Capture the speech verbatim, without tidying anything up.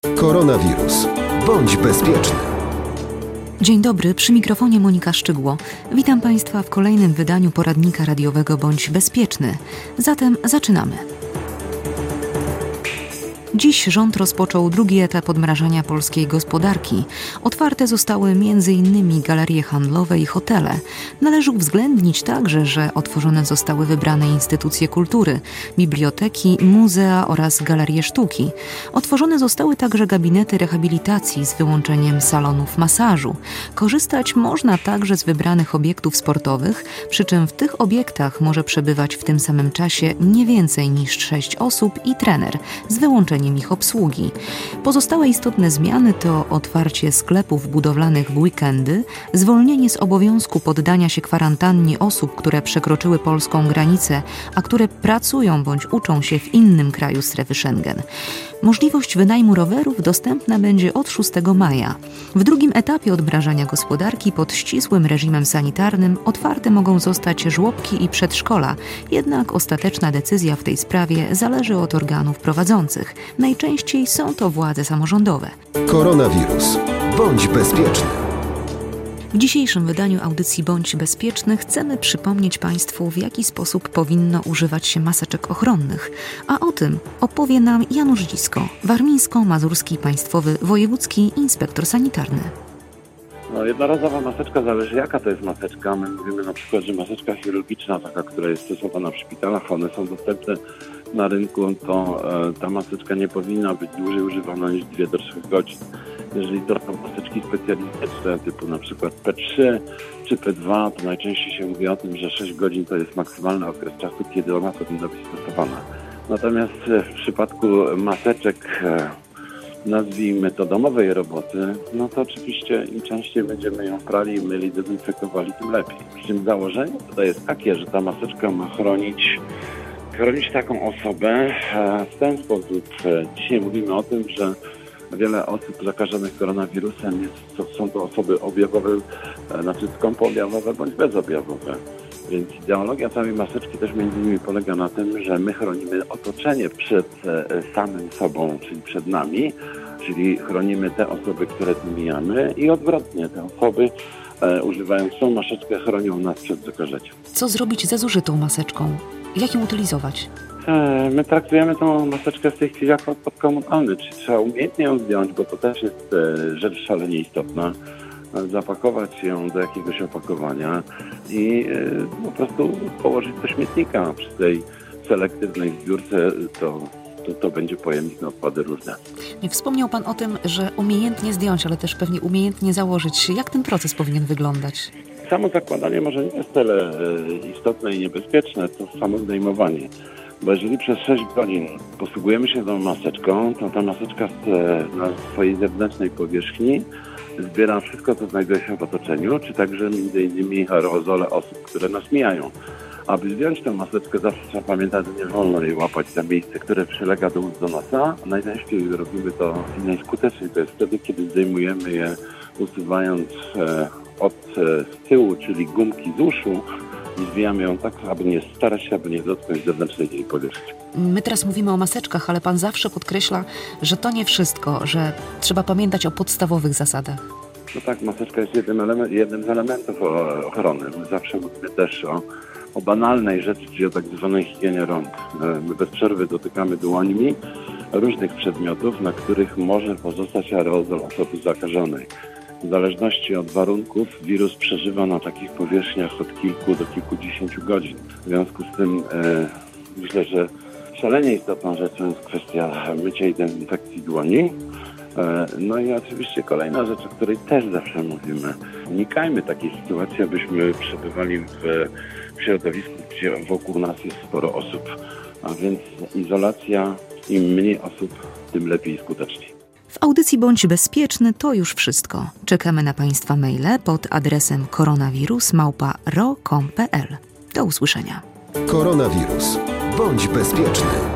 Koronawirus. Bądź bezpieczny. Dzień dobry, przy mikrofonie Monika Szczygło. Witam Państwa w kolejnym wydaniu poradnika radiowego Bądź bezpieczny. Zatem zaczynamy. Dziś rząd rozpoczął drugi etap odmrażania polskiej gospodarki. Otwarte zostały między innymi galerie handlowe i hotele. Należy uwzględnić także, że otworzone zostały wybrane instytucje kultury, biblioteki, muzea oraz galerie sztuki. Otworzone zostały także gabinety rehabilitacji z wyłączeniem salonów masażu. Korzystać można także z wybranych obiektów sportowych, przy czym w tych obiektach może przebywać w tym samym czasie nie więcej niż sześć osób i trener, z wyłączeniem ich obsługi. Pozostałe istotne zmiany to otwarcie sklepów budowlanych w weekendy, zwolnienie z obowiązku poddania się kwarantannie osób, które przekroczyły polską granicę, a które pracują bądź uczą się w innym kraju strefy Schengen. Możliwość wynajmu rowerów dostępna będzie od szóstego maja. W drugim etapie odmrażania gospodarki pod ścisłym reżimem sanitarnym otwarte mogą zostać żłobki i przedszkola, jednak ostateczna decyzja w tej sprawie zależy od organów prowadzących. Najczęściej są to władze samorządowe. Koronawirus. Bądź bezpieczny. W dzisiejszym wydaniu audycji Bądź bezpieczny chcemy przypomnieć Państwu, w jaki sposób powinno używać się maseczek ochronnych. A o tym opowie nam Janusz Dzisko, warmińsko-mazurski państwowy wojewódzki inspektor sanitarny. No, jednorazowa maseczka, zależy jaka to jest maseczka. My mówimy na przykład, że maseczka chirurgiczna, taka, która jest stosowana w szpitalach, one są dostępne na rynku, to e, ta maseczka nie powinna być dłużej używana niż dwie do trzech godzin. Jeżeli to są maseczki specjalistyczne, typu na przykład P trzy czy P dwa, to najczęściej się mówi o tym, że sześć godzin to jest maksymalny okres czasu, kiedy ona powinna być stosowana. Natomiast w przypadku maseczek, e, nazwijmy to domowej roboty, no to oczywiście im częściej będziemy ją prali, myli, dezynfekowali, tym lepiej. Przy czym założenie tutaj jest takie, że ta maseczka ma chronić chronić taką osobę w ten sposób. Dzisiaj mówimy o tym, że wiele osób zakażonych koronawirusem jest, to są to osoby objawowe, znaczy skąpoobjawowe bądź bezobjawowe. Więc ideologia całej maseczki też między innymi polega na tym, że my chronimy otoczenie przed samym sobą, czyli przed nami, czyli chronimy te osoby, które tu mijamy i odwrotnie, te osoby używając tą maseczkę chronią nas przed zakażeniem. Co zrobić ze zużytą maseczką? Jak ją utylizować? My traktujemy tą maseczkę w tej chwili jako odpad komunalny, czyli trzeba umiejętnie ją zdjąć, bo to też jest rzecz szalenie istotna. Zapakować ją do jakiegoś opakowania i po prostu położyć do śmietnika. Przy tej selektywnej zbiórce to, to, to będzie pojemnik na odpady różne. Nie wspomniał Pan o tym, że umiejętnie zdjąć, ale też pewnie umiejętnie założyć. Jak ten proces powinien wyglądać? Samo zakładanie może nie jest tyle istotne i niebezpieczne, to samo zdejmowanie. Bo jeżeli przez sześć godzin posługujemy się tą maseczką, to ta maseczka na swojej zewnętrznej powierzchni zbiera wszystko, co znajduje się w otoczeniu, czy także między innymi aerozole osób, które nas mijają. Aby zdjąć tę maseczkę, zawsze trzeba pamiętać, że nie wolno jej łapać za miejsce, które przylega do ust do nosa. Najczęściej robimy to najskuteczniej, to jest wtedy, kiedy zdejmujemy je usuwając e, od e, tyłu, czyli gumki z uszu i zwijamy ją tak, aby nie starać się, aby nie dotknąć zewnętrznej jej powierzchni. My teraz mówimy o maseczkach, ale Pan zawsze podkreśla, że to nie wszystko, że trzeba pamiętać o podstawowych zasadach. No tak, maseczka jest jednym, element, jednym z elementów ochrony. My zawsze mówimy też o, o banalnej rzeczy, czyli o tak zwanej higienie rąk. My bez przerwy dotykamy dłońmi różnych przedmiotów, na których może pozostać aerozol osoby zakażonej. W zależności od warunków wirus przeżywa na takich powierzchniach od kilku do kilkudziesięciu godzin. W związku z tym e, myślę, że szalenie istotną rzeczą jest kwestia mycia i dezynfekcji dłoni. E, no i oczywiście kolejna rzecz, o której też zawsze mówimy. Unikajmy takiej sytuacji, abyśmy przebywali w, w środowisku, gdzie wokół nas jest sporo osób. A więc izolacja, im mniej osób, tym lepiej i skuteczniej. W audycji Bądź bezpieczny to już wszystko. Czekamy na Państwa maile pod adresem koronawirus małpa ro kropka com kropka pe el. Do usłyszenia. Koronawirus. Bądź bezpieczny.